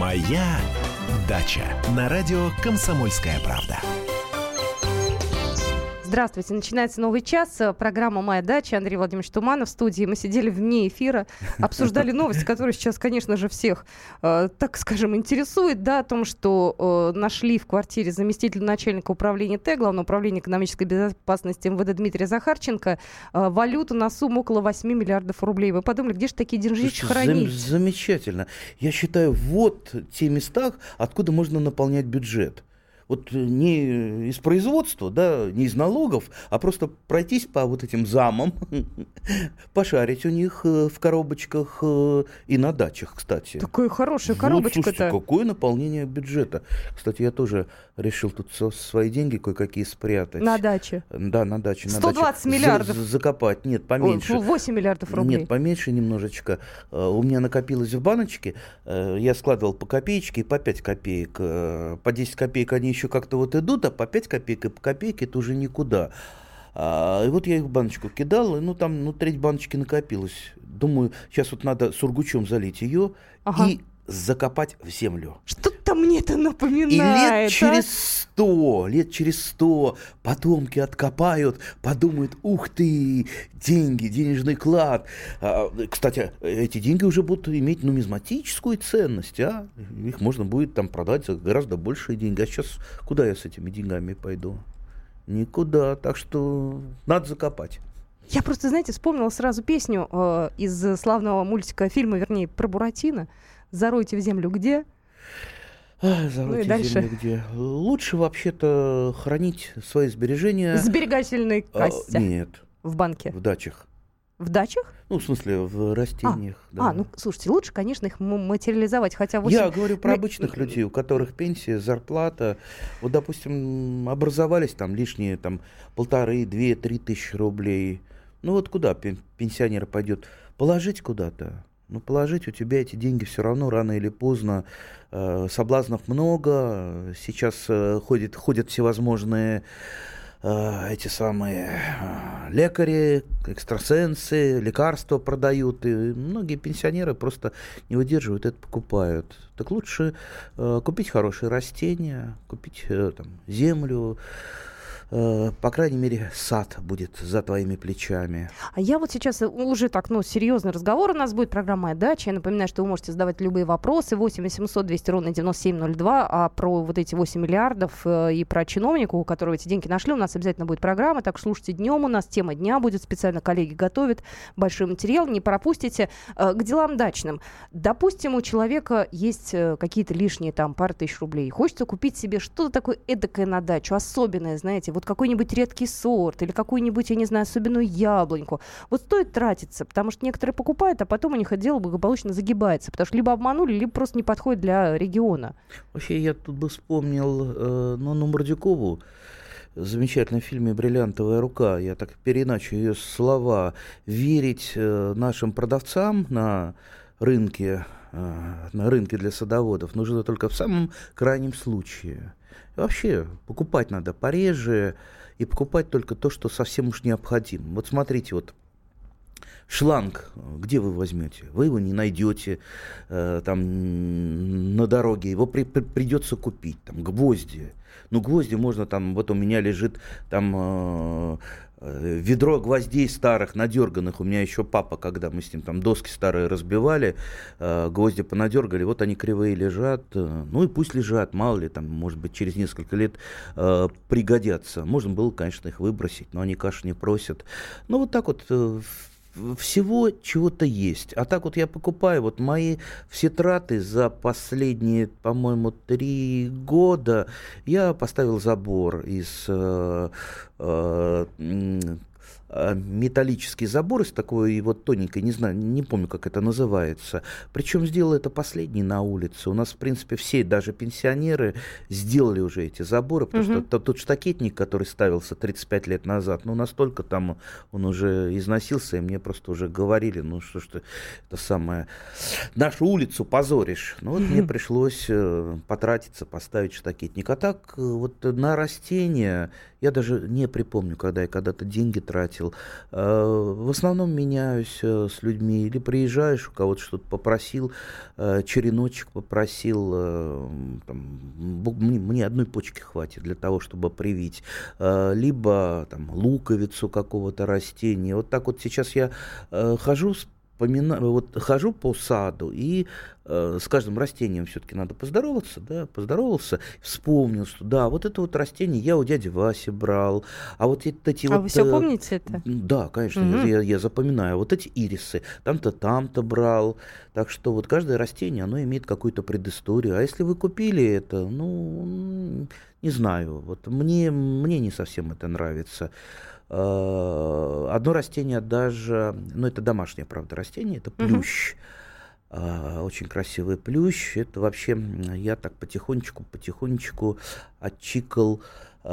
Моя дача на радио «Комсомольская правда». Здравствуйте. Начинается новый час. Программа «Моя дача». Андрей Владимирович Туманов в студии. Мы сидели вне эфира, обсуждали новости, которые сейчас, конечно же, всех, так скажем, интересуют. Да, о том, что нашли в квартире заместителя начальника управления Т, Главного управления экономической безопасности МВД Дмитрия Захарченко, валюту на сумму около 8 миллиардов рублей. Вы подумали, где же такие деньжищи хранить? Замечательно. Я считаю, вот те места, откуда можно наполнять бюджет. Вот не из производства, да, не из налогов, а просто пройтись по вот этим замам, пошарить у них в коробочках и на дачах, кстати. Такая хорошая вот, коробочка-то. Слушайте, какое наполнение бюджета. Кстати, я тоже решил тут свои деньги кое-какие спрятать. На даче? Да, на даче. 120 миллиардов. Закопать. Нет, поменьше. 8 миллиардов рублей. Нет, поменьше немножечко. У меня накопилось в баночке. Я складывал по копеечке и по 5 копеек. По 10 копеек они еще как-то вот идут, а по 5 копеек и по копейке это уже никуда. И вот я их в баночку кидал, и там треть баночки накопилось. Думаю, сейчас вот надо сургучом залить ее и закопать в землю. Что-то мне это напоминает. И лет через 100 потомки откопают, подумают, ух ты, деньги, денежный клад. Кстати, эти деньги уже будут иметь нумизматическую ценность, их можно будет там продать за гораздо большие деньги. А сейчас куда я с этими деньгами пойду? Никуда, так что надо закопать. Я просто, знаете, вспомнила сразу песню из славного мультика, фильма, вернее, про Буратино. «Заройте в землю где?» Заройте в землю где? Лучше вообще-то хранить свои сбережения... В сберегательной кассе? Нет. В банке? В дачах. В дачах? Ну, в смысле, в растениях. Да. Ну, слушайте, лучше, конечно, их материализовать, хотя... Я говорю про обычных людей, у которых пенсия, зарплата. Вот, допустим, образовались там лишние 1,5, 2, 3 тысячи рублей. Ну, вот куда пенсионер пойдет? Положить куда-то. Положить, у тебя эти деньги все равно рано или поздно. Соблазнов много. Сейчас ходят всевозможные эти самые лекари, экстрасенсы, лекарства продают. И многие пенсионеры просто не выдерживают, это покупают. Так лучше купить хорошие растения, купить землю. По крайней мере, сад будет за твоими плечами. А я вот сейчас уже серьезный разговор у нас будет, программа «Моя дача». Я напоминаю, что вы можете задавать любые вопросы. 8 800 200 ровно 9702. А про вот эти 8 миллиардов и про чиновника, у которого эти деньги нашли, у нас обязательно будет программа. Так что слушайте днем, у нас тема дня будет. Специально коллеги готовят большой материал. Не пропустите. К делам дачным. Допустим, у человека есть какие-то лишние пары тысяч рублей. Хочется купить себе что-то такое эдакое на дачу, особенное, знаете, вот какой-нибудь редкий сорт или какую-нибудь, я не знаю, особенную яблоньку. Вот стоит тратиться, потому что некоторые покупают, а потом у них это дело благополучно загибается, потому что либо обманули, либо просто не подходит для региона. Вообще, я тут бы вспомнил Нонну Мордюкову, замечательном фильме «Бриллиантовая рука». Я так переиначу ее слова. Верить нашим продавцам на рынке для садоводов нужно только в самом крайнем случае. И вообще, покупать надо пореже и покупать только то, что совсем уж необходимо. Вот смотрите, шланг, где вы возьмете? Вы его не найдете на дороге, его придется купить. Гвозди. Гвозди можно вот у меня лежит ведро гвоздей старых, надерганных. У меня еще папа, когда мы с ним доски старые разбивали, гвозди понадергали, вот они кривые лежат. И пусть лежат, мало ли, может быть, через несколько лет пригодятся. Можно было, конечно, их выбросить, но они кашу не просят. Вот так вот всего чего-то есть. А так я покупаю, мои все траты за последние, по-моему, 3 года я поставил забор из металлический забор из такой тоненькой, не знаю, не помню, как это называется. Причем сделал это последний на улице. У нас, в принципе, все, даже пенсионеры, сделали уже эти заборы, потому что тот штакетник, который ставился 35 лет назад, настолько он уже износился, и мне просто уже говорили, что ж ты это самое, нашу улицу позоришь. Мне пришлось потратиться, поставить штакетник. А так, на растения я даже не припомню, когда я когда-то деньги тратил заметил. В основном меняюсь с людьми. Или приезжаешь, у кого-то что-то попросил, череночек попросил, мне одной почки хватит для того, чтобы привить. Либо там луковицу какого-то растения. Вот так вот сейчас я хожу хожу по саду, и с каждым растением все-таки надо поздороваться, да, поздоровался, вспомнил, что да, вот это вот растение я у дяди Васи брал, а вот эти вы все помните это? Да, конечно, я запоминаю. Вот эти ирисы, там-то брал, так что вот каждое растение, оно имеет какую-то предысторию, а если вы купили это, не знаю, вот мне не совсем это нравится. Одно растение даже, это домашнее, правда, растение, это плющ. Очень красивый плющ. Это вообще я так потихонечку отчикал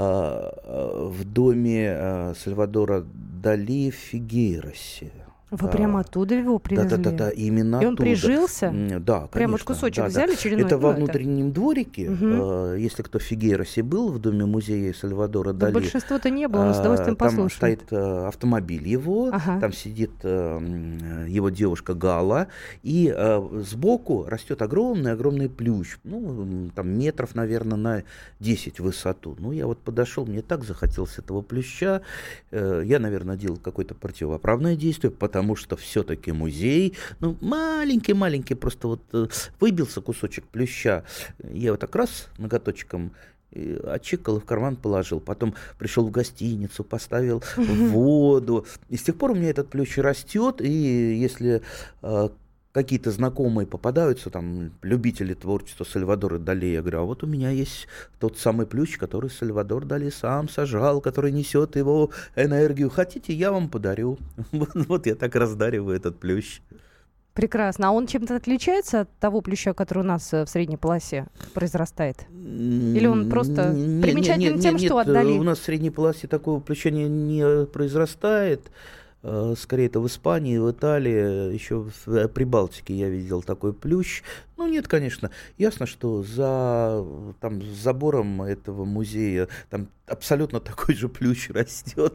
в доме Сальвадора Дали в Фигейросе. Вы прямо оттуда его привезли? Да, именно оттуда. И он прижился? Да, конечно. Прямо вот кусочек взяли черенок? Это во внутреннем дворике. Если кто в Фигейросе был, в доме музея Сальвадора Дали. Большинство-то не было, он с удовольствием послушает. Там стоит автомобиль его, там сидит его девушка Гала, и сбоку растет огромный плющ. Там метров, наверное, на 10 в высоту. Я вот подошел, мне так захотелось этого плюща. Я, наверное, делал какое-то противоправное действие, потому что все-таки музей, маленький, просто вот выбился кусочек плюща. Я вот так раз ноготочком отчикал и в карман положил. Потом пришел в гостиницу, поставил в воду. И с тех пор у меня этот плющ растет, и если какие-то знакомые попадаются, там, любители творчества Сальвадора Дали, я говорю, а вот у меня есть тот самый плющ, который Сальвадор Дали сам сажал, который несет его энергию. Хотите, я вам подарю. Вот я так раздариваю этот плющ. Прекрасно. А он чем-то отличается от того плюща, который у нас в средней полосе произрастает? Или он просто примечателен тем, что отдали? У нас в средней полосе такого плюща не произрастает. Скорее, это в Испании, в Италии, еще в Прибалтике я видел такой плющ. Нет, конечно. Ясно, что за забором этого музея там абсолютно такой же плющ растет.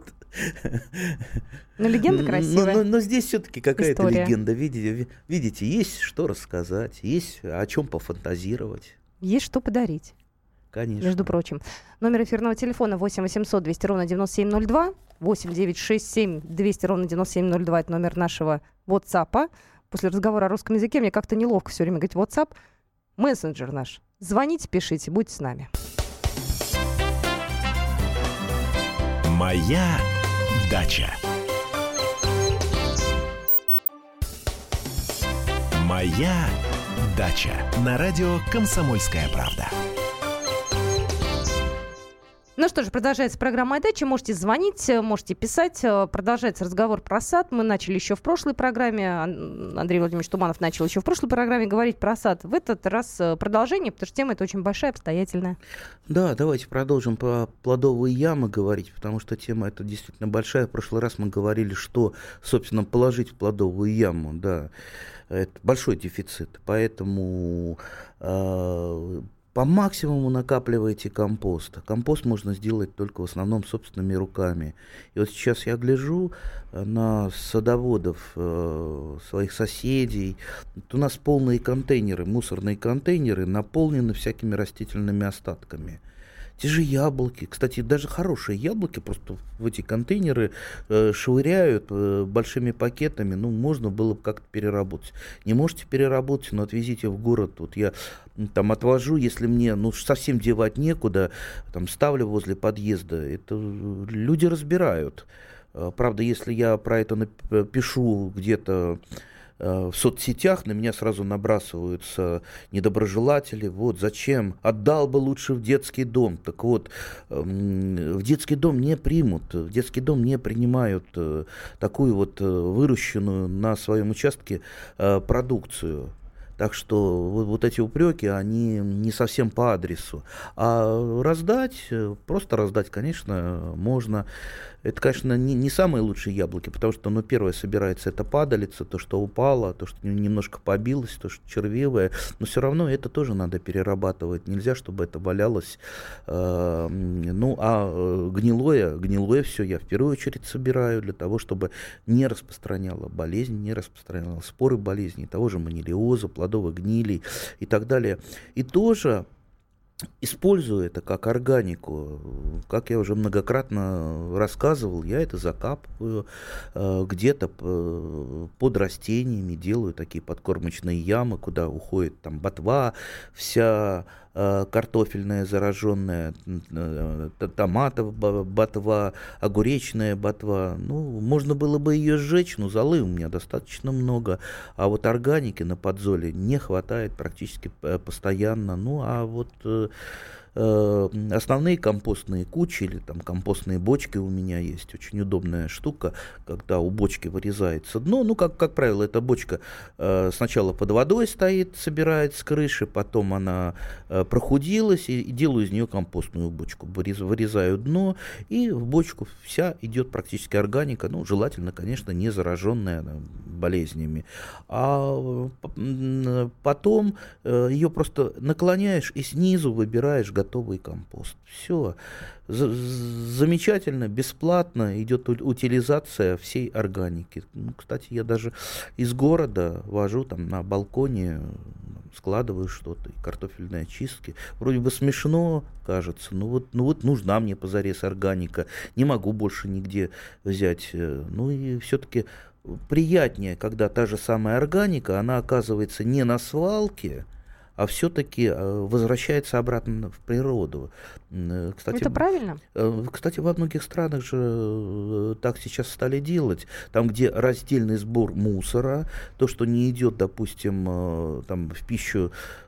Но легенда красивая. Но здесь все-таки какая-то легенда. Видите, есть что рассказать, есть о чем пофантазировать. Есть что подарить. Конечно. Между прочим. Номер эфирного телефона 8 800 200 ровно 9702. 8 967 200 ровно 9702. Это номер нашего WhatsApp. После разговора о русском языке мне как-то неловко все время говорить WhatsApp. Мессенджер наш. Звоните, пишите, будьте с нами. Моя дача. Моя дача. На радио «Комсомольская правда». Ну что ж, продолжается программа «Моя дача». Можете звонить, можете писать. Продолжается разговор про сад. Мы начали еще в прошлой программе. Андрей Владимирович Туманов начал еще в прошлой программе говорить про сад. В этот раз продолжение, потому что тема эта очень большая, обстоятельная. Да, давайте продолжим про плодовые ямы говорить, потому что тема эта действительно большая. В прошлый раз мы говорили, что, собственно, положить в плодовую яму. Да, это большой дефицит. Поэтому по максимуму накапливайте компост. Компост можно сделать только в основном собственными руками. И вот сейчас я гляжу на садоводов, своих соседей. Вот у нас полные контейнеры, мусорные контейнеры, наполнены всякими растительными остатками. Те же яблоки, кстати, даже хорошие яблоки просто в эти контейнеры швыряют большими пакетами. Можно было бы как-то переработать. Не можете переработать, но отвезите в город. Вот я там отвожу, если мне совсем девать некуда, там ставлю возле подъезда. Это люди разбирают. Правда, если я про это пишу где-то в соцсетях, на меня сразу набрасываются недоброжелатели. Вот зачем? Отдал бы лучше в детский дом. Так вот, в детский дом не примут, в детский дом не принимают такую вот выращенную на своем участке продукцию. Так что вот эти упреки, они не совсем по адресу. А раздать, просто раздать, конечно, можно. Это, конечно, не самые лучшие яблоки, потому что, первое собирается, это падалица, то, что упало, то, что немножко побилось, то, что червивое, но все равно это тоже надо перерабатывать. Нельзя, чтобы это валялось. Гнилое все я в первую очередь собираю для того, чтобы не распространяло болезнь, не распространяло споры болезней, того же манилиоза, плодовых гнилей и так далее. И тоже использую это как органику. Как я уже многократно рассказывал, я это закапываю где-то под растениями, делаю такие подкормочные ямы, куда уходит там ботва, вся картофельная зараженная, томатовая ботва, огуречная ботва. Можно было бы ее сжечь, но золы у меня достаточно много. А вот органики на подзоле не хватает практически постоянно. Основные компостные кучи или там компостные бочки у меня есть. Очень удобная штука, когда у бочки вырезается дно. Как правило, эта бочка сначала под водой стоит, собирает с крыши, потом она прохудилась, и делаю из нее компостную бочку. Вырезаю дно, и в бочку вся идет практически органика. Желательно, конечно, не зараженная болезнями. А потом ее просто наклоняешь и снизу выбираешь готовый компост. Все. Замечательно, бесплатно идет утилизация всей органики. Кстати, я даже из города вожу там на балконе, складываю что-то, картофельные очистки. Вроде бы смешно, кажется, нужна мне позарез органика, не могу больше нигде взять. И все-таки приятнее, когда та же самая органика, она оказывается не на свалке, а все-таки возвращается обратно в природу. Кстати, это правильно? Кстати, во многих странах же так сейчас стали делать. Там, где раздельный сбор мусора, то, что не идет, допустим, там, в пищу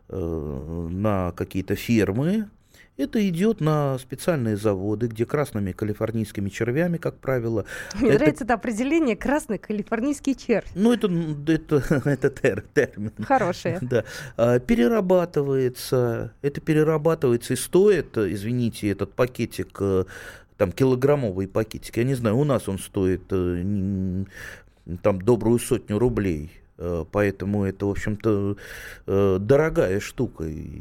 на какие-то фермы, это идет на специальные заводы, где красными калифорнийскими червями, как правило. Мне нравится это определение «красный калифорнийский червь». Это термин. Хорошее. Да. Перерабатывается и стоит, извините, этот пакетик, там, килограммовый пакетик, я не знаю, у нас он стоит там добрую 100 рублей. Поэтому это, в общем-то, дорогая штука.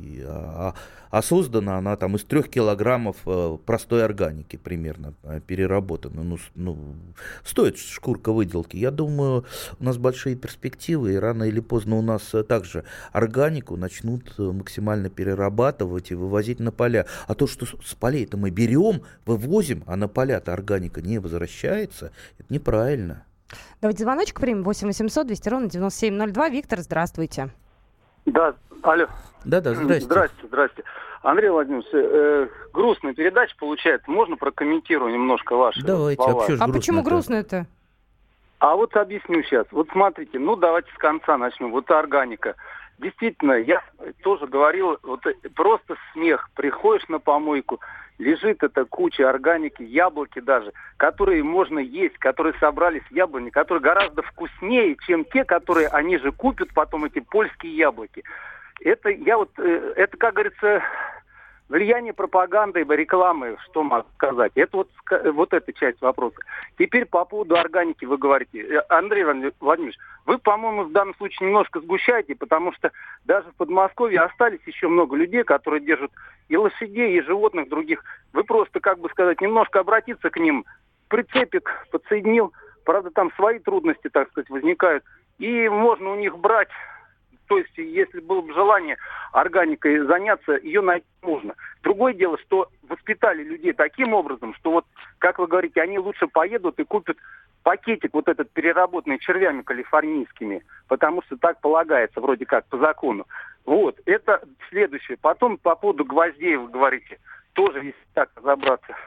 А создана она там из 3 килограммов простой органики примерно, переработана. Стоит шкурка выделки. Я думаю, у нас большие перспективы, и рано или поздно у нас также органику начнут максимально перерабатывать и вывозить на поля. А то, что с полей-то мы берем, вывозим, а на поля-то органика не возвращается, это неправильно. Давайте звоночек примем. 8 800 200 ровно 9702. Виктор, здравствуйте. Да, алло. Да, здрасте. Здрасте. Андрей Владимирович, грустная передача получается. Можно прокомментирую немножко ваши Давайте, слова? а почему грустно-то? А вот объясню сейчас. Вот смотрите, давайте с конца начнем. Вот органика. Действительно, я тоже говорил, просто смех. Приходишь на помойку, лежит эта куча органики, яблоки даже, которые можно есть, которые собрались яблони, которые гораздо вкуснее, чем те, которые они же купят потом, эти польские яблоки. Это, как говорится, влияние пропаганды и рекламы, что могу сказать. Это вот эта часть вопроса. Теперь по поводу органики вы говорите. Андрей Владимирович, вы, по-моему, в данном случае немножко сгущаете, потому что даже в Подмосковье остались еще много людей, которые держат и лошадей, и животных других. Вы просто, немножко обратиться к ним. Прицепик подсоединил. Правда, там свои трудности, так сказать, возникают. И можно у них брать. То есть, если было бы желание органикой заняться, ее найти можно. Другое дело, что воспитали людей таким образом, что как вы говорите, они лучше поедут и купят пакетик этот переработанный червями калифорнийскими, потому что так полагается, вроде как, по закону. Это следующее. Потом по поводу гвоздей вы говорите, тоже если так разобраться.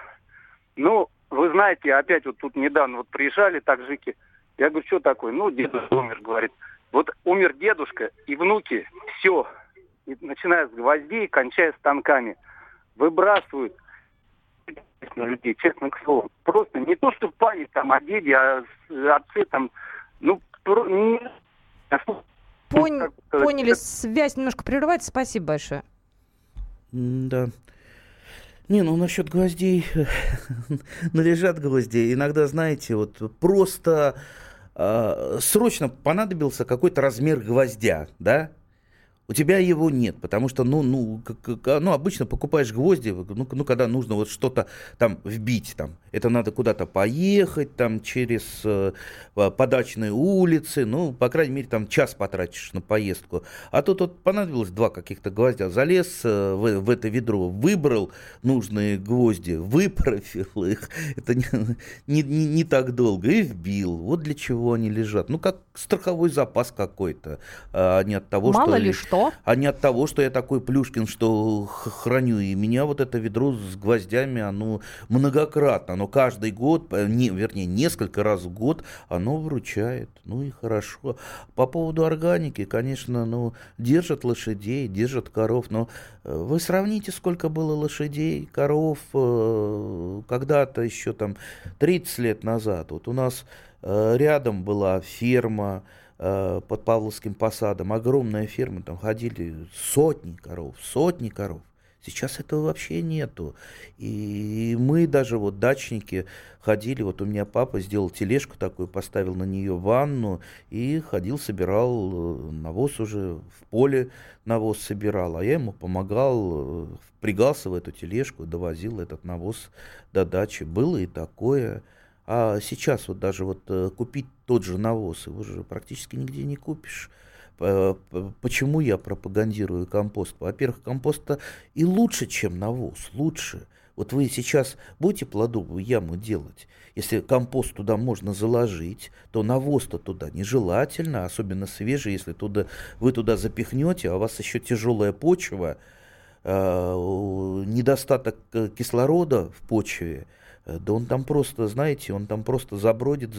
Вы знаете, опять тут недавно приезжали таджики, я говорю, что такое? Дедушка умер, говорит. Умер дедушка, и внуки все, начиная с гвоздей, кончая станками, выбрасывают на людей, честно к слову. Просто не то, что память о деде, о отце, Поняли, связь немножко прерывается. Спасибо большое. Да. Не, ну насчет гвоздей, належат гвозди. Иногда, знаете, вот просто срочно понадобился какой-то размер гвоздя, да? У тебя его нет, потому что, обычно покупаешь гвозди, когда нужно вот что-то там вбить, там, это надо куда-то поехать, там, через подачные улицы, по крайней мере, там, час потратишь на поездку. А тут вот понадобилось 2 каких-то гвоздя, залез в это ведро, выбрал нужные гвозди, выправил их, это не так долго, и вбил. Вот для чего они лежат. Как страховой запас какой-то, а не от того, Мало ли что. А не от того, что я такой Плюшкин, что храню. И меня вот это ведро с гвоздями, оно многократно, оно каждый год, несколько раз в год оно выручает. И хорошо. По поводу органики, конечно, держат лошадей, держат коров, но вы сравните, сколько было лошадей, коров когда-то еще там 30 лет назад. Вот у нас рядом была ферма под Павловским посадом, огромная ферма, там ходили сотни коров. Сейчас этого вообще нету. И мы даже дачники ходили, у меня папа сделал тележку такую, поставил на нее ванну и ходил, собирал навоз уже, в поле навоз собирал, а я ему помогал, впрягался в эту тележку, довозил этот навоз до дачи. Было и такое. А сейчас даже купить тот же навоз его же практически нигде не купишь. Почему я пропагандирую компост? Во-первых, компост-то и лучше, чем навоз, лучше. Вот вы сейчас будете плодовую яму делать, если компост туда можно заложить, то навоз-то туда нежелательно, особенно свежий, если вы туда запихнете, а у вас еще тяжелая почва, недостаток кислорода в почве, да он там просто, знаете, забродит,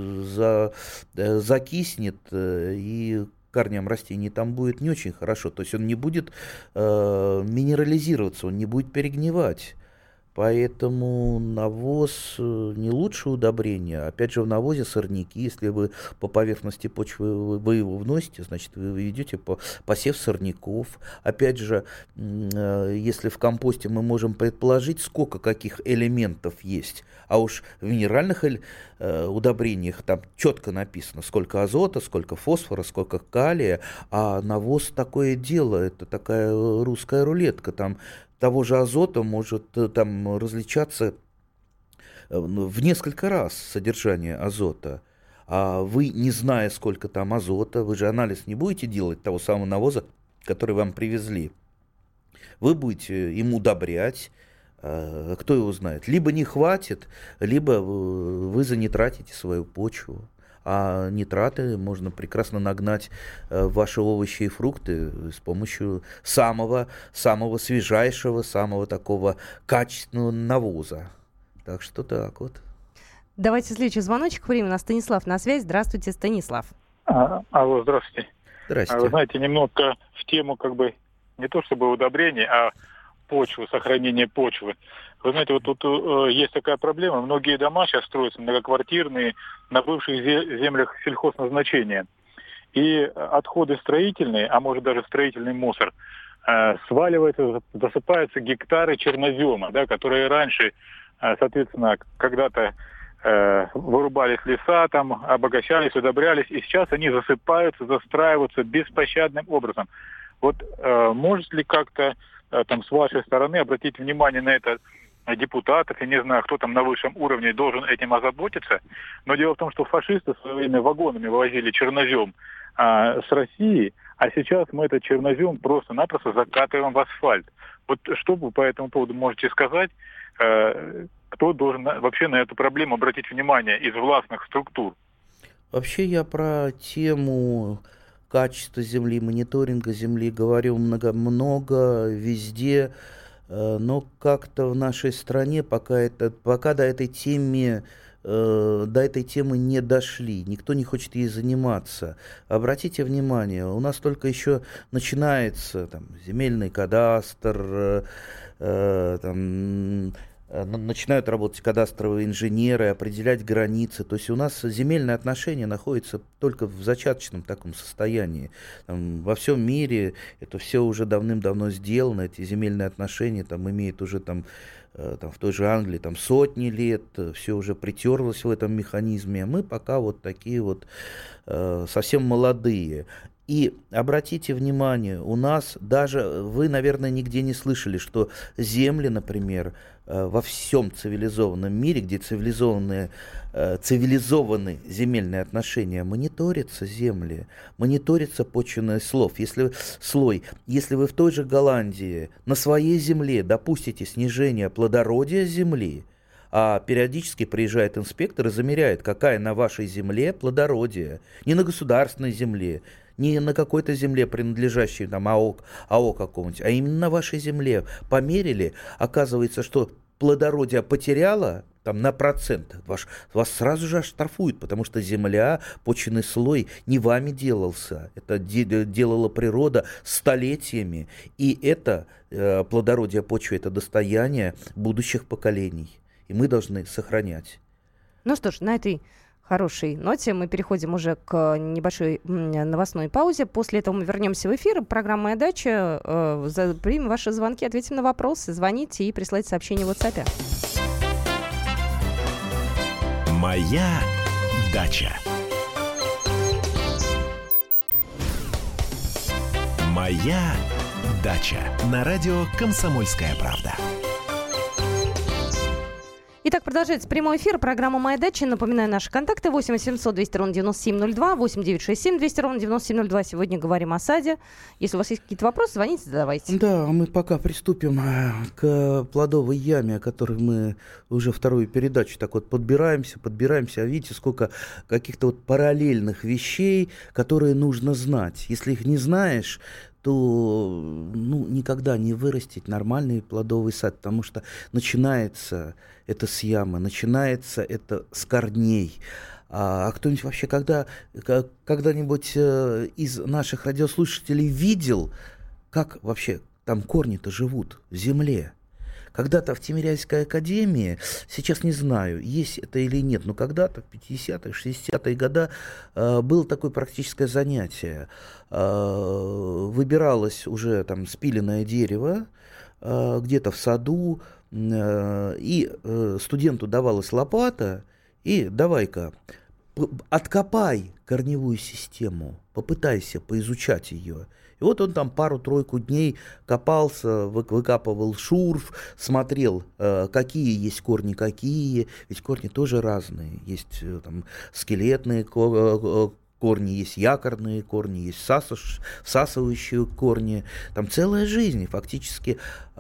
закиснет, и корням растений там будет не очень хорошо. То есть он не будет минерализироваться, он не будет перегнивать. Поэтому навоз не лучшее удобрение. Опять же, в навозе сорняки. Если вы по поверхности почвы вы его вносите, значит, вы ведете посев сорняков. Опять же, если в компосте мы можем предположить, сколько каких элементов есть, а уж в минеральных удобрениях там четко написано, сколько азота, сколько фосфора, сколько калия, а навоз такое дело, это такая русская рулетка, там того же азота может там различаться в несколько раз содержание азота. А вы, не зная, сколько там азота, вы же анализ не будете делать того самого навоза, который вам привезли. Вы будете им удобрять, кто его знает. Либо не хватит, либо вы занитратите свою почву. А нитраты можно прекрасно нагнать в ваши овощи и фрукты с помощью самого свежайшего, самого такого качественного навоза. Так что так вот. Давайте следующий звоночек. Время на Станислав на связь. Здравствуйте, Станислав. Алло, здравствуйте. Здравствуйте. Вы знаете, немного в тему не то чтобы удобрений, а почвы, сохранение почвы. Вы знаете, вот тут есть такая проблема. Многие дома сейчас строятся многоквартирные на бывших землях сельхозназначения. И отходы строительные, а может даже строительный мусор, сваливаются, засыпаются гектары чернозема, да, которые раньше, соответственно, когда-то вырубались леса, там обогащались, удобрялись, и сейчас они засыпаются, застраиваются беспощадным образом. Вот может ли как-то там с вашей стороны обратить внимание на это депутатов, я не знаю, кто там на высшем уровне должен этим озаботиться, но дело в том, что фашисты в свое время вагонами вывозили чернозем с России, а сейчас мы этот чернозем просто-напросто закатываем в асфальт. Вот что вы по этому поводу можете сказать, кто должен вообще на эту проблему обратить внимание из властных структур? Вообще я про тему качества земли, мониторинга земли говорю много везде, но как-то в нашей стране пока до этой темы не дошли, никто не хочет ей заниматься. Обратите внимание, у нас только еще начинается там земельный кадастр, начинают работать кадастровые инженеры, определять границы. То есть у нас земельные отношения находятся только в зачаточном таком состоянии. Там, во всем мире это все уже давным-давно сделано, эти земельные отношения там имеют уже там в той же Англии там сотни лет, все уже притерлось в этом механизме, а мы пока вот такие вот совсем молодые. И обратите внимание, у нас даже, вы, наверное, нигде не слышали, что земли, например, во всем цивилизованном мире, где цивилизованы земельные отношения, мониторятся земли, мониторится почвенный слой. Если вы в той же Голландии на своей земле допустите снижение плодородия земли, а периодически приезжает инспектор и замеряет, какая на вашей земле плодородие, не на государственной земле, не на какой-то земле, принадлежащей там АО какому-нибудь, а именно на вашей земле померили, оказывается, что плодородие потеряло там на процент, вас сразу же оштрафуют, потому что земля, почвенный слой не вами делался, это делала природа столетиями, и это плодородие почвы, это достояние будущих поколений, и мы должны сохранять. Ну что ж, на этой хорошей ноте мы переходим уже к небольшой новостной паузе. После этого мы вернемся в эфир. Программа «Моя дача». Примем ваши звонки, ответим на вопросы. Звоните и присылайте сообщение в WhatsApp. «Моя дача». «Моя дача». На радио «Комсомольская правда». Итак, продолжается прямой эфир. Программа «Моя дача». Напоминаю, наши контакты 8 800 200 ровно 9702, 8 967 200 ровно 9702. Сегодня говорим о саде. Если у вас есть какие-то вопросы, звоните, задавайте. Да, мы пока приступим к плодовой яме, о которой мы уже вторую передачу так вот подбираемся. А видите, сколько каких-то вот параллельных вещей, которые нужно знать. Если их не знаешь, то никогда не вырастить нормальный плодовый сад, потому что начинается это с ямы, начинается это с корней. А кто-нибудь вообще когда-нибудь из наших радиослушателей видел, как вообще там корни-то живут в земле? Когда-то в Тимирязевской академии, сейчас не знаю, есть это или нет, но когда-то в 50-е, 60-е годы было такое практическое занятие. Выбиралось уже там спиленное дерево где-то в саду, и студенту давалась лопата, и давай-ка откопай корневую систему, попытайся поизучать ее. И вот он там пару-тройку дней копался, выкапывал шурф, смотрел, какие есть корни, какие. Ведь корни тоже разные. Есть там скелетные корни, есть якорные корни, есть всасывающие корни. Там целая жизнь. Фактически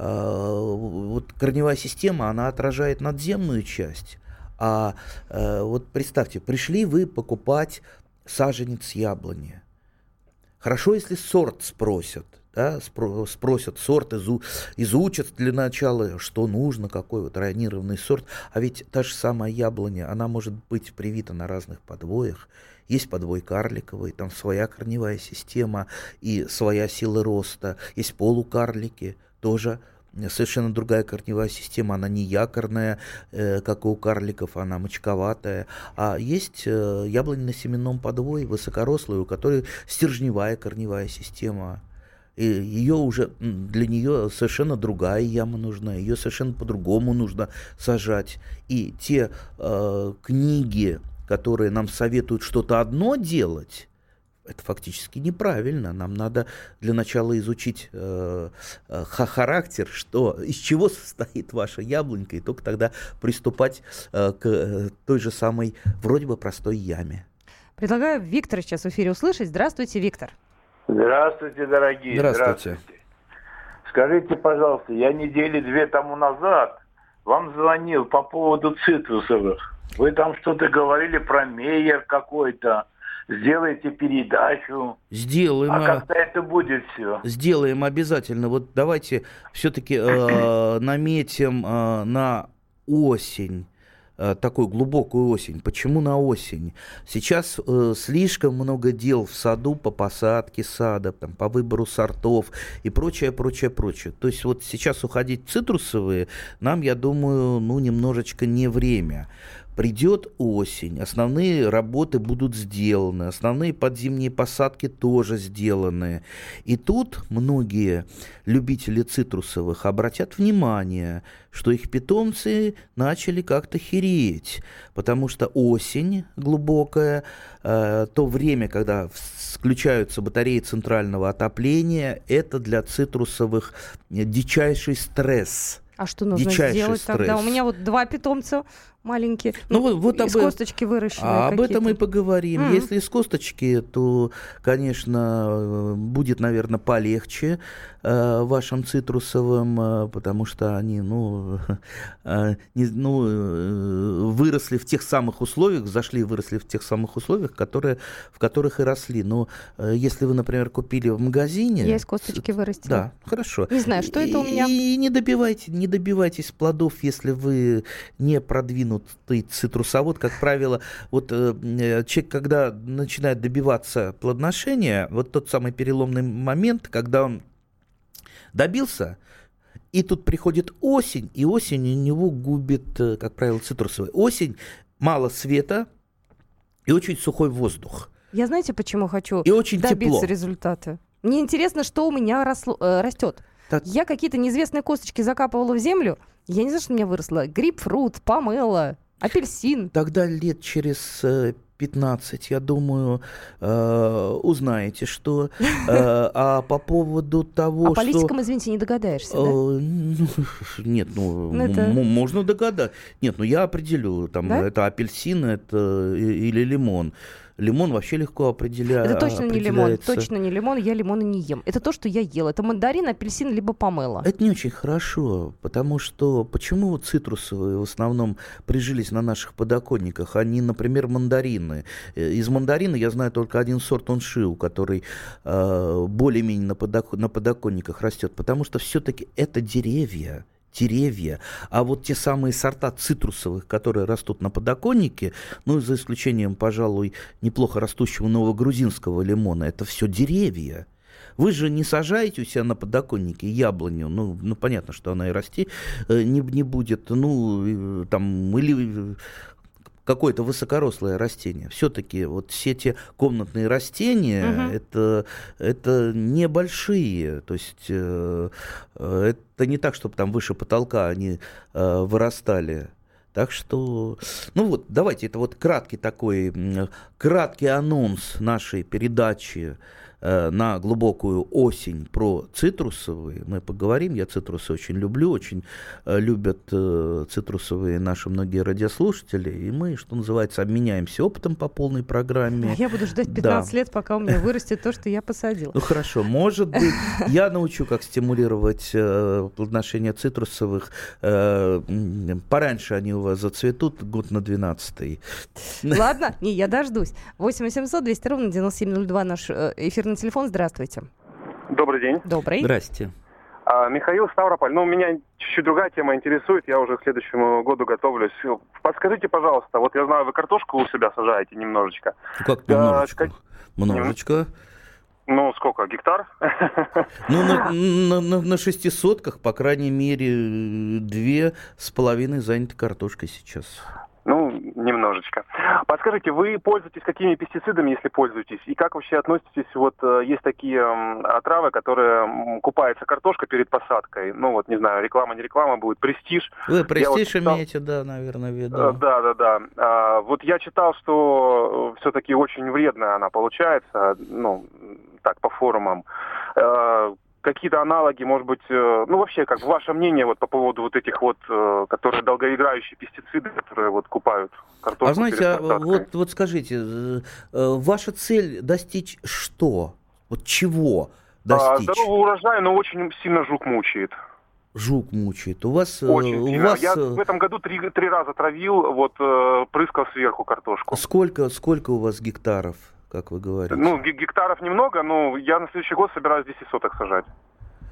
вот корневая система, она отражает надземную часть. А вот представьте, пришли вы покупать саженец яблони. Хорошо, если сорт спросят, да, спросят сорт, изучат для начала, что нужно, какой вот районированный сорт. А ведь та же самая яблоня, она может быть привита на разных подвоях. Есть подвой карликовый, там своя корневая система и своя сила роста. Есть полукарлики, тоже совершенно другая корневая система, она не якорная, как и у карликов, она мочковатая. А есть яблони на семенном подвое, высокорослые, у которой стержневая корневая система. И для нее совершенно другая яма нужна, ее совершенно по-другому нужно сажать. И те книги, которые нам советуют что-то одно делать, это фактически неправильно. Нам надо для начала изучить характер, из чего состоит ваша яблонька, и только тогда приступать к той же самой вроде бы простой яме. Предлагаю Виктора сейчас в эфире услышать. Здравствуйте, Виктор. Здравствуйте, дорогие. Здравствуйте. Скажите, пожалуйста, я недели 2 тому назад вам звонил по поводу цитрусовых. Вы там что-то говорили про Мейер какой-то. Сделайте передачу. Сделаем. А когда это будет все? Сделаем обязательно. Вот давайте все-таки наметим на осень такую глубокую осень. Почему на осень? Сейчас слишком много дел в саду по посадке сада, там, по выбору сортов и прочее, прочее, прочее. То есть вот сейчас уходить в цитрусовые нам, я думаю, немножечко не время. Придет осень, основные работы будут сделаны, основные подзимние посадки тоже сделаны. И тут многие любители цитрусовых обратят внимание, что их питомцы начали как-то хереть, потому что осень глубокая, то время, когда включаются батареи центрального отопления, это для цитрусовых дичайший стресс. А что нужно сделать тогда? У меня вот 2 питомца маленькие, из косточки выращенные. Об этом мы поговорим. Если из косточки, то, конечно, будет, наверное, полегче вашим цитрусовым, потому что они, выросли в тех самых условиях, выросли в тех самых условиях, в которых и росли. Но если вы, например, купили в магазине... Я из косточки вырастила. Да, хорошо. Не знаю, что это у меня. И не добивайтесь плодов, если вы не продвинутый цитрусовод. Как правило, человек, когда начинает добиваться плодоношения, вот тот самый переломный момент, когда он добился, и тут приходит осень, и осень у него губит, как правило, цитрусовый. Осень, мало света и очень сухой воздух. Я знаете, почему хочу и очень добиться тепло. Результата? Мне интересно, что у меня растет. Так. Я какие-то неизвестные косточки закапывала в землю. Я не знаю, что у меня выросло. Грейпфрут, помело, апельсин. Тогда лет через 15, я думаю, узнаете, что... А по поводу того, что... А по листикам, извините, не догадаешься, да? Нет, можно догадаться. Нет, я определю. Это апельсин, это или лимон. Лимон вообще легко определяется. Это точно не лимон, я лимоны не ем. Это то, что я ела. Это мандарин, апельсин, либо помело. Это не очень хорошо, потому что почему цитрусовые в основном прижились на наших подоконниках, а не, например, мандарины? Из мандарина я знаю только один сорт оншиу, который более-менее на подоконниках растет, потому что все-таки это деревья, а вот те самые сорта цитрусовых, которые растут на подоконнике, за исключением, пожалуй, неплохо растущего новогрузинского лимона, это все деревья. Вы же не сажаете у себя на подоконнике яблоню, понятно, что она и расти не будет, или какое-то высокорослое растение. Все-таки вот все эти комнатные растения, это небольшие, то есть это не так, чтобы там выше потолка они вырастали. Так что, давайте, это краткий анонс нашей передачи на глубокую осень про цитрусовые. Мы поговорим, я цитрусы очень люблю, очень любят цитрусовые наши многие радиослушатели, и мы, что называется, обменяемся опытом по полной программе. Я буду ждать 15 лет, пока у меня вырастет то, что я посадила. Хорошо, может быть, я научу, как стимулировать плодоношение цитрусовых. Пораньше они у вас зацветут, год на 12-й. Ладно, я дождусь. 8-800-200-97-02 наш эфирный телефон. Здравствуйте. Добрый день. Добрый. Здрасте. Михаил, Ставрополь. Меня чуть-чуть другая тема интересует. Я уже к следующему году готовлюсь. Подскажите, пожалуйста, я знаю, вы картошку у себя сажаете немножечко. Как немножечко? Множечко. Сколько? Гектар? На 6 сотках, по крайней мере, 2,5 заняты картошкой сейчас. Немножечко. Подскажите, вы пользуетесь какими пестицидами, если пользуетесь? И как вообще относитесь, есть такие отравы, которые купается картошка перед посадкой. Не знаю, реклама, не реклама будет, престиж. Вы престиж имеете, да, наверное, в виду. Да. Я читал, что все-таки очень вредная она получается, так, по форумам. Какие-то аналоги, может быть, вообще, как ваше мнение по поводу этих которые долгоиграющие пестициды, которые купают картошку. А знаете, скажите, ваша цель достичь что? Чего достичь? Здоровый урожай, но очень сильно жук мучает. Жук мучает. У вас... Очень сильно. Я в этом году 3 раза травил, прыскал сверху картошку. Сколько у вас гектаров? Как вы говорите? Гектаров немного, но я на следующий год собираюсь 10 соток сажать.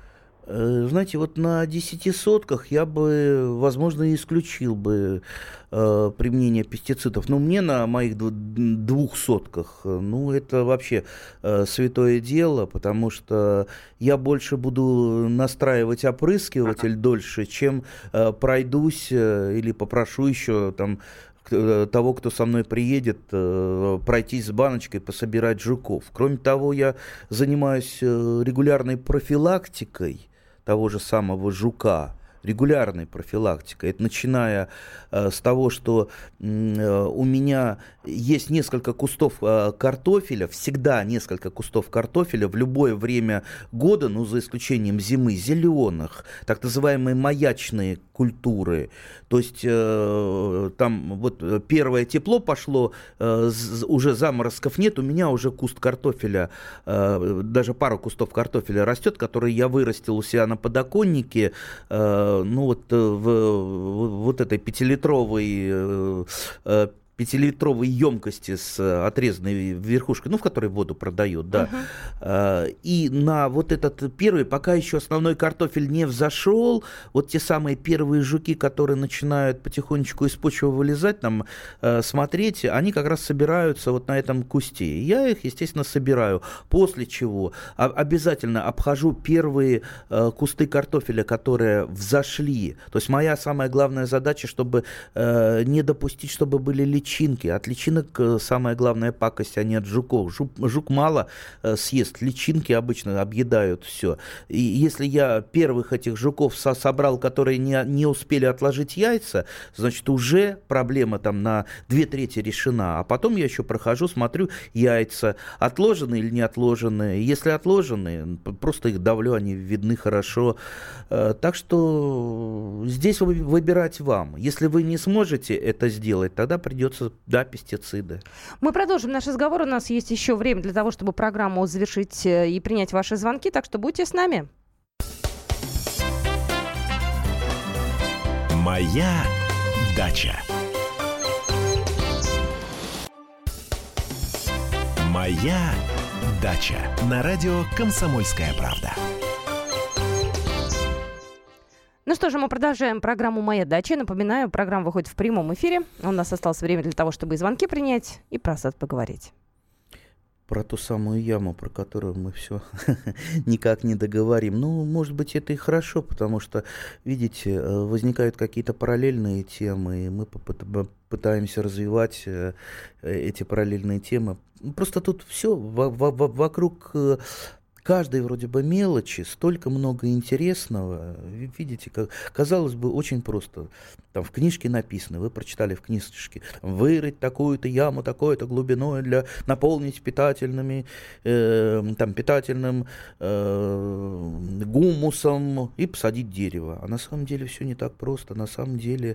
Знаете, вот на 10 сотках я бы, возможно, исключил бы применение пестицидов. Но мне на моих 2 сотках, ну, это вообще святое дело, потому что я больше буду настраивать опрыскиватель дольше, чем пройдусь или попрошу еще там того, кто со мной приедет, пройтись с баночкой, пособирать жуков. Кроме того, я занимаюсь регулярной профилактикой того же самого жука, регулярной профилактикой. Это начиная с того, что у меня есть несколько кустов картофеля, всегда несколько кустов картофеля в любое время года, ну, за исключением зимы, зеленых, так называемые маячные культуры. То есть там вот первое тепло пошло, уже заморозков нет, у меня уже куст картофеля, даже пару кустов картофеля растет, который я вырастил у себя на подоконнике, ну вот вот этой 5-литровой емкости с отрезанной верхушкой, ну, в которой воду продают, да. И на вот этот первый, пока еще основной картофель не взошел, вот те самые первые жуки, которые начинают потихонечку из почвы вылезать, там, смотреть, они как раз собираются вот на этом кусте. И я их, естественно, собираю. После чего обязательно обхожу первые кусты картофеля, которые взошли. То есть моя самая главная задача, чтобы не допустить, чтобы были личинки. От личинок самая главная пакость, а не от жуков. Жук мало съест, личинки обычно объедают все. И если я первых этих жуков собрал, которые не успели отложить яйца, значит, уже проблема там на 2/3 решена. А потом я еще прохожу, смотрю, яйца отложены или не отложены. Если отложены, просто их давлю, они видны хорошо. Так что здесь выбирать вам. Если вы не сможете это сделать, тогда придется, да, пестициды. Мы продолжим наш разговор. У нас есть еще время для того, чтобы программу завершить и принять ваши звонки, так что будьте с нами. Моя дача. Моя дача. На радио «Комсомольская правда». Ну что же, мы продолжаем программу «Моя дача». Напоминаю, программа выходит в прямом эфире. У нас осталось время для того, чтобы и звонки принять, и про сад поговорить. Про ту самую яму, про которую мы все никак не договорим. Ну, может быть, это и хорошо, потому что, видите, возникают какие-то параллельные темы, и мы пытаемся развивать эти параллельные темы. Просто тут все вокруг каждой вроде бы мелочи столько много интересного. Видите, казалось бы, очень просто. Там в книжке написано, вы прочитали в книжке, вырыть такую-то яму, такой-то глубиной, для наполнить питательным гумусом и посадить дерево. А на самом деле все не так просто. На самом деле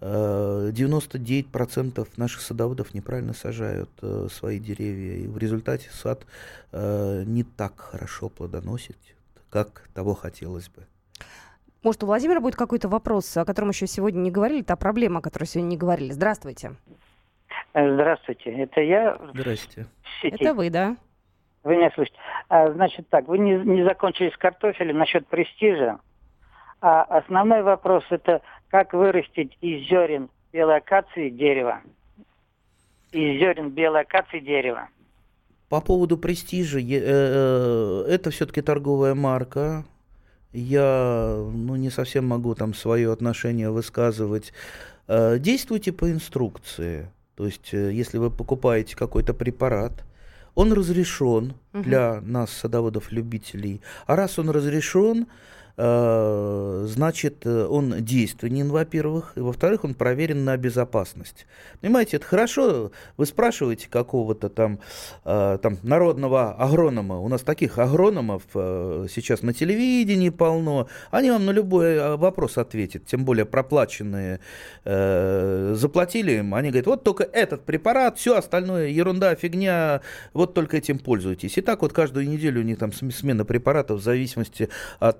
99% наших садоводов неправильно сажают свои деревья. И в результате сад не так хорошо плодоносит, как того хотелось бы. Может, у Владимира будет какой-то вопрос, о котором еще сегодня не говорили, та проблема, о которой сегодня не говорили. Здравствуйте. Здравствуйте, это я. Здрасте. Это вы, да? Вы меня слышите. Значит так, вы не закончили с картофелем насчет престижа. А основной вопрос это как вырастить из зерен белой акации дерево. Из зерен белой акации дерево. По поводу престижа, это все-таки торговая марка. Я не совсем могу там свое отношение высказывать. Действуйте по инструкции. То есть, если вы покупаете какой-то препарат, он разрешен для нас, садоводов-любителей. А раз он разрешен, значит, он действенен, во-первых, и, во-вторых, он проверен на безопасность. Понимаете, это хорошо, вы спрашиваете какого-то там народного агронома, у нас таких агрономов сейчас на телевидении полно, они вам на любой вопрос ответят, тем более проплаченные, заплатили им, они говорят, вот только этот препарат, все остальное ерунда, фигня, вот только этим пользуйтесь. И так вот каждую неделю у них там смена препаратов в зависимости от того,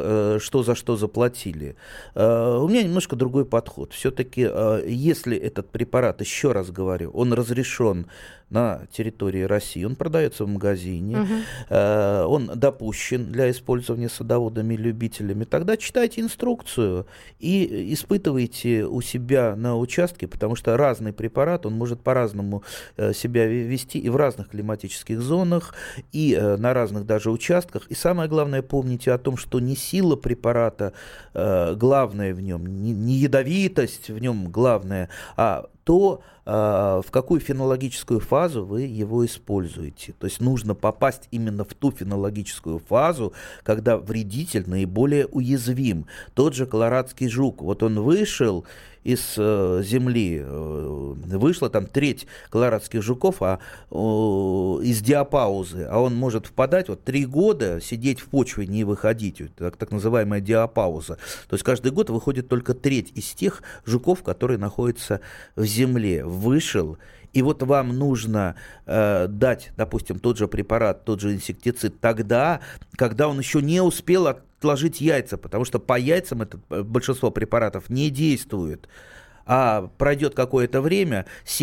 что за что заплатили. У меня немножко другой подход. Все-таки, если этот препарат, еще раз говорю, он разрешен на территории России, он продается в магазине, он допущен для использования садоводами-любителями, тогда читайте инструкцию и испытывайте у себя на участке, потому что разный препарат, он может по-разному себя вести и в разных климатических зонах, и на разных даже участках. И самое главное, помните о том, что не сила препарата главное в нем, не ядовитость в нем главное, а то, в какую фенологическую фазу вы его используете. То есть нужно попасть именно в ту фенологическую фазу, когда вредитель наиболее уязвим. Тот же колорадский жук, вот он вышел из земли, вышла там треть колорадских жуков из диапаузы, а он может впадать 3 года, сидеть в почве, не выходить, так называемая диапауза. То есть каждый год выходит только треть из тех жуков, которые находятся в земле. Вышел, и вот вам нужно дать, допустим, тот же препарат, тот же инсектицид тогда, когда он еще не успел отложить яйца, потому что по яйцам большинство препаратов не действует. А пройдет какое-то время,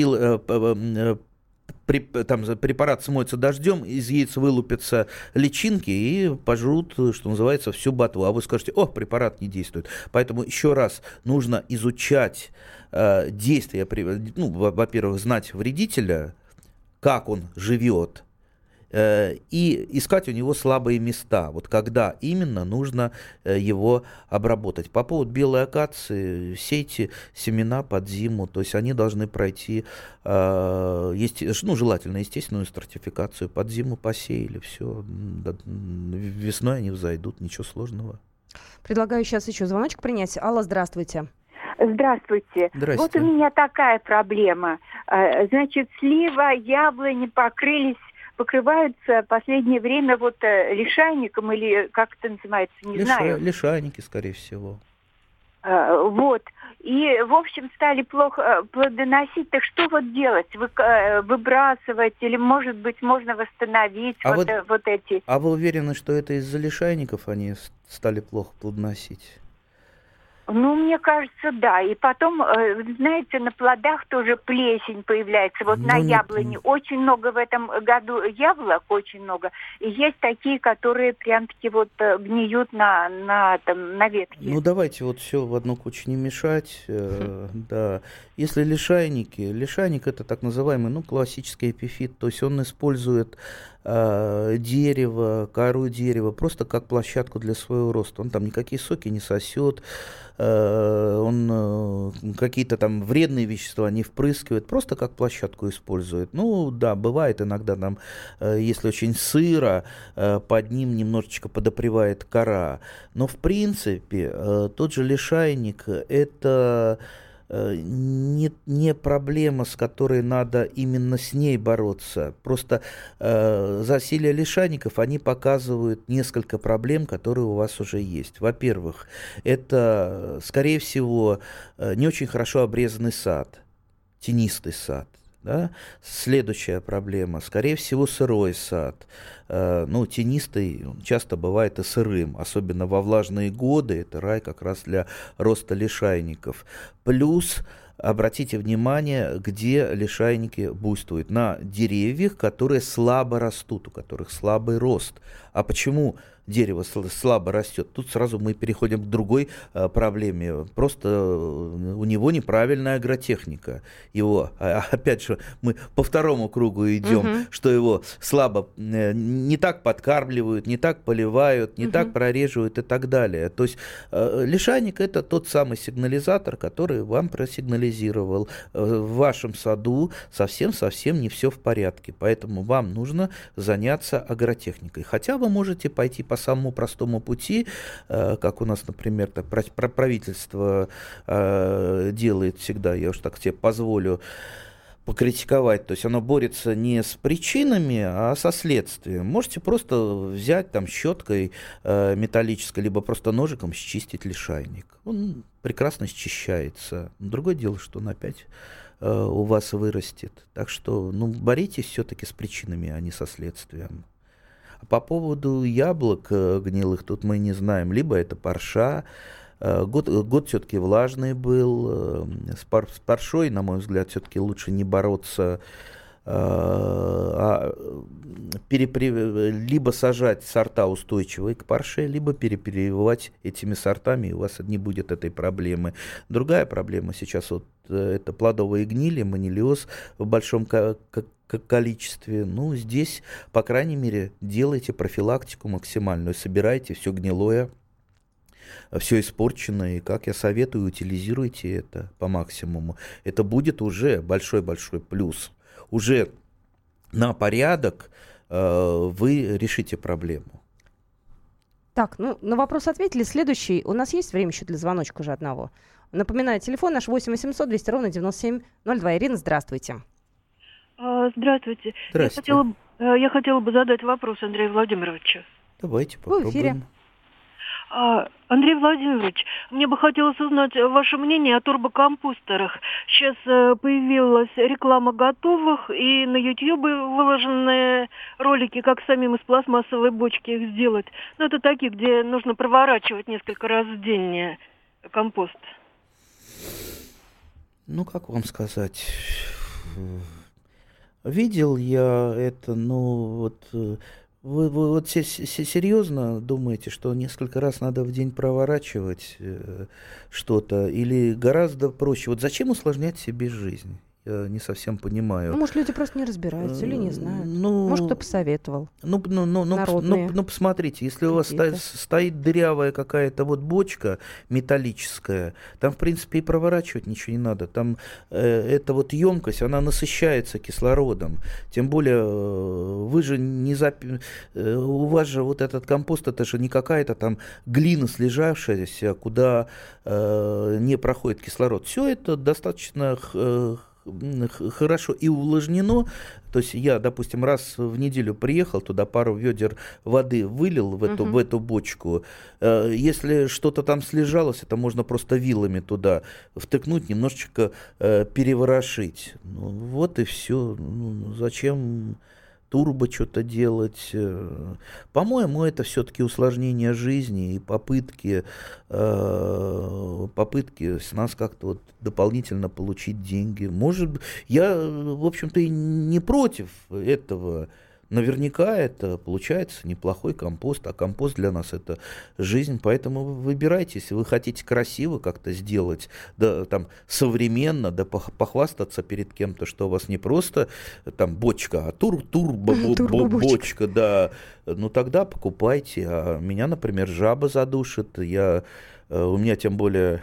препарат смоется дождем, из яиц вылупятся личинки и пожрут, что называется, всю ботву. А вы скажете: о, препарат не действует. Поэтому еще раз нужно изучать действия, во-первых, знать вредителя, как он живет, и искать у него слабые места, вот когда именно нужно его обработать. По поводу белой акации, сейте семена под зиму, то есть они должны пройти, желательно естественную стратификацию, под зиму посеяли, все, весной они взойдут, ничего сложного. Предлагаю сейчас еще звоночек принять. Алла, здравствуйте. Здравствуйте. Вот у меня такая проблема. Значит, слива, яблони покрываются в последнее время лишайником, или как это называется, не знаю. Лишайники, скорее всего. И, в общем, стали плохо плодоносить. Так что делать? Выбрасывать? Или, может быть, можно восстановить эти... А вы уверены, что это из-за лишайников они стали плохо плодоносить? Мне кажется, да. И потом, знаете, на плодах тоже плесень появляется. На яблоне очень много в этом году яблок, очень много. И есть такие, которые прям-таки гниют на ветке. Давайте все в одну кучу не мешать. Да. Если лишайник это так называемый, классический эпифит, то есть он использует дерево, кору дерева просто как площадку для своего роста. Он там никакие соки не сосет, он какие-то там вредные вещества не впрыскивает, просто как площадку использует. Да, бывает иногда там, если очень сыро, под ним немножечко подопревает кора. Но в принципе тот же лишайник это не проблема, с которой надо именно с ней бороться. Просто засилие лишайников, они показывают несколько проблем, которые у вас уже есть. Во-первых, это, скорее всего, не очень хорошо обрезанный сад, тенистый сад. Да? Следующая проблема, скорее всего, сырой сад. Тенистый он часто бывает и сырым, особенно во влажные годы. Это рай как раз для роста лишайников. Плюс обратите внимание, где лишайники буйствуют. На деревьях, которые слабо растут, у которых слабый рост. А почему дерево слабо растет? Тут сразу мы переходим к другой проблеме. Просто у него неправильная агротехника. Его, опять же, мы по второму кругу идем, что его слабо, не так подкармливают, не так поливают, не так прореживают и так далее. То есть лишайник — это тот самый сигнализатор, который вам просигнализировал: в вашем саду совсем не все в порядке. Поэтому вам нужно заняться агротехникой. Хотя вы можете пойти по самому простому пути, как у нас, например, правительство делает всегда, я уж так себе позволю покритиковать, то есть оно борется не с причинами, а со следствием. Можете просто взять щеткой металлической, либо просто ножиком счистить лишайник. Он прекрасно счищается. Другое дело, что он опять у вас вырастет. Так что боритесь все-таки с причинами, а не со следствием. По поводу яблок гнилых, тут мы не знаем, либо это парша. Год все-таки влажный был. С паршой, на мой взгляд, все-таки лучше не бороться, либо сажать сорта устойчивые к парше, либо перепрививать этими сортами, и у вас не будет этой проблемы. Другая проблема сейчас вот это плодовые гнили, манилиоз в большом количестве. Ну, здесь, по крайней мере, делайте профилактику максимальную, собирайте все гнилое, все испорченное, и, как я советую, утилизируйте это по максимуму. Это будет уже большой-большой плюс. Уже на порядок вы решите проблему. Так, ну, на вопрос ответили. Следующий. У нас есть время еще для звоночка уже одного. Напоминаю, телефон наш 8 800 200 ровно 9702. Ирина, здравствуйте. Здравствуйте. Я хотела бы задать вопрос Андрею Владимировичу. Давайте попробуем. В эфире. Андрей Владимирович, мне бы хотелось узнать ваше мнение о турбокомпостерах. Сейчас появилась реклама готовых, и на YouTube выложены ролики, как самим из пластмассовой бочки их сделать. Ну, это такие, где нужно проворачивать несколько раз в день компост. Ну, как вам сказать? Видел я это, ну, вот... Вы вот серьезно думаете, что несколько раз надо в день проворачивать что-то? Или гораздо проще? Вот зачем усложнять себе жизнь? Я не совсем понимаю. Ну, может, люди просто не разбираются или не знают. Ну, может, кто посоветовал. Народные Посмотрите, если у вас стоит дырявая какая-то вот бочка металлическая, там, в принципе, и проворачивать ничего не надо. Там эта вот емкость, она насыщается кислородом. Тем более, вы же у вас же вот этот компост, это же не какая-то там глина слежавшаяся, куда не проходит кислород. Все это достаточно хорошо и увлажнено. То есть я, допустим, раз в неделю приехал, туда пару ведер воды вылил в эту бочку. Если что-то там слежалось, это можно просто вилами туда втыкнуть, немножечко переворошить. Ну, вот и все. Ну, зачем турбо что-то делать? По-моему, это все-таки усложнение жизни и попытки с нас как-то вот дополнительно получить деньги. Может, я, в общем-то, и не против этого. Наверняка это получается неплохой компост, а компост для нас это жизнь, поэтому вы выбирайте, если вы хотите красиво как-то сделать, да, там, современно, да, похвастаться перед кем-то, что у вас не просто там бочка, а турбо-бочка, да, ну тогда покупайте, а меня, например, жаба задушит, у меня тем более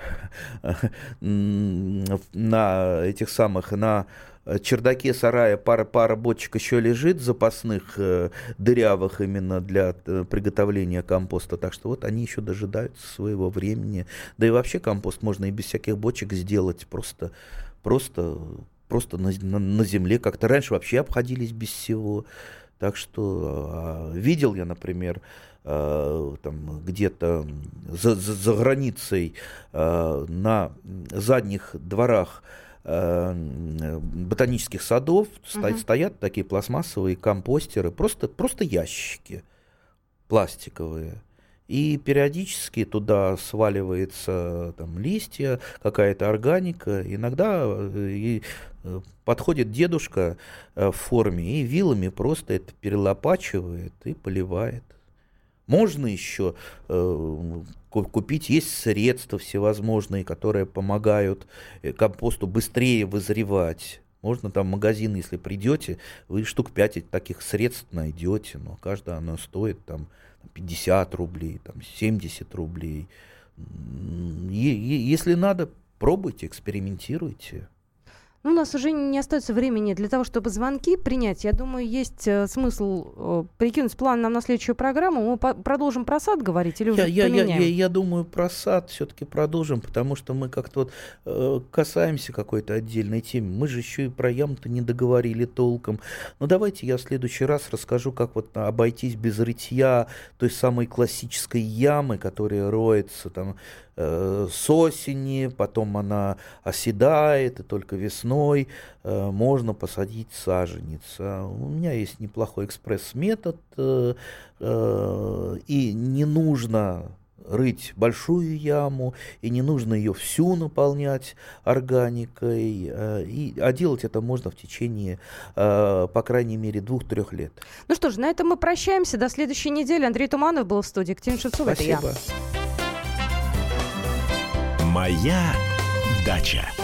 на этих самых, на чердаке сарая пара бочек еще лежит, запасных, дырявых именно для приготовления компоста. Так что вот они еще дожидаются своего времени. Да и вообще компост можно и без всяких бочек сделать. Просто на земле. Как-то раньше вообще обходились без всего. Так что видел я, например, там где-то за границей на задних дворах ботанических садов стоят такие пластмассовые компостеры, просто ящики пластиковые. И периодически туда сваливается там листья, какая-то органика. Иногда подходит дедушка в форме и вилами просто это перелопачивает и поливает. Можно еще купить, есть средства всевозможные, которые помогают компосту быстрее вызревать. Можно там в магазин, если придете, вы штук 5 таких средств найдете, но каждое оно стоит там 50 рублей, там 70 рублей. Если надо, пробуйте, экспериментируйте. Ну, у нас уже не остается времени для того, чтобы звонки принять. Я думаю, есть смысл прикинуть план нам на следующую программу. Мы продолжим про сад говорить или уже поменяем? Я думаю, про сад все-таки продолжим, потому что мы как-то вот касаемся какой-то отдельной темы. Мы же еще и про яму-то не договорили толком. Но давайте я в следующий раз расскажу, как вот обойтись без рытья той самой классической ямы, которая роется там с осени, потом она оседает, и только весной весной можно посадить саженец. У меня есть неплохой экспресс-метод, и не нужно рыть большую яму, и не нужно ее всю наполнять органикой, а делать это можно в течение, по крайней мере, 2-3 лет. Ну что ж, на этом мы прощаемся. До следующей недели. Андрей Туманов был в студии. Екатерина Шевцова, это я. «Моя дача».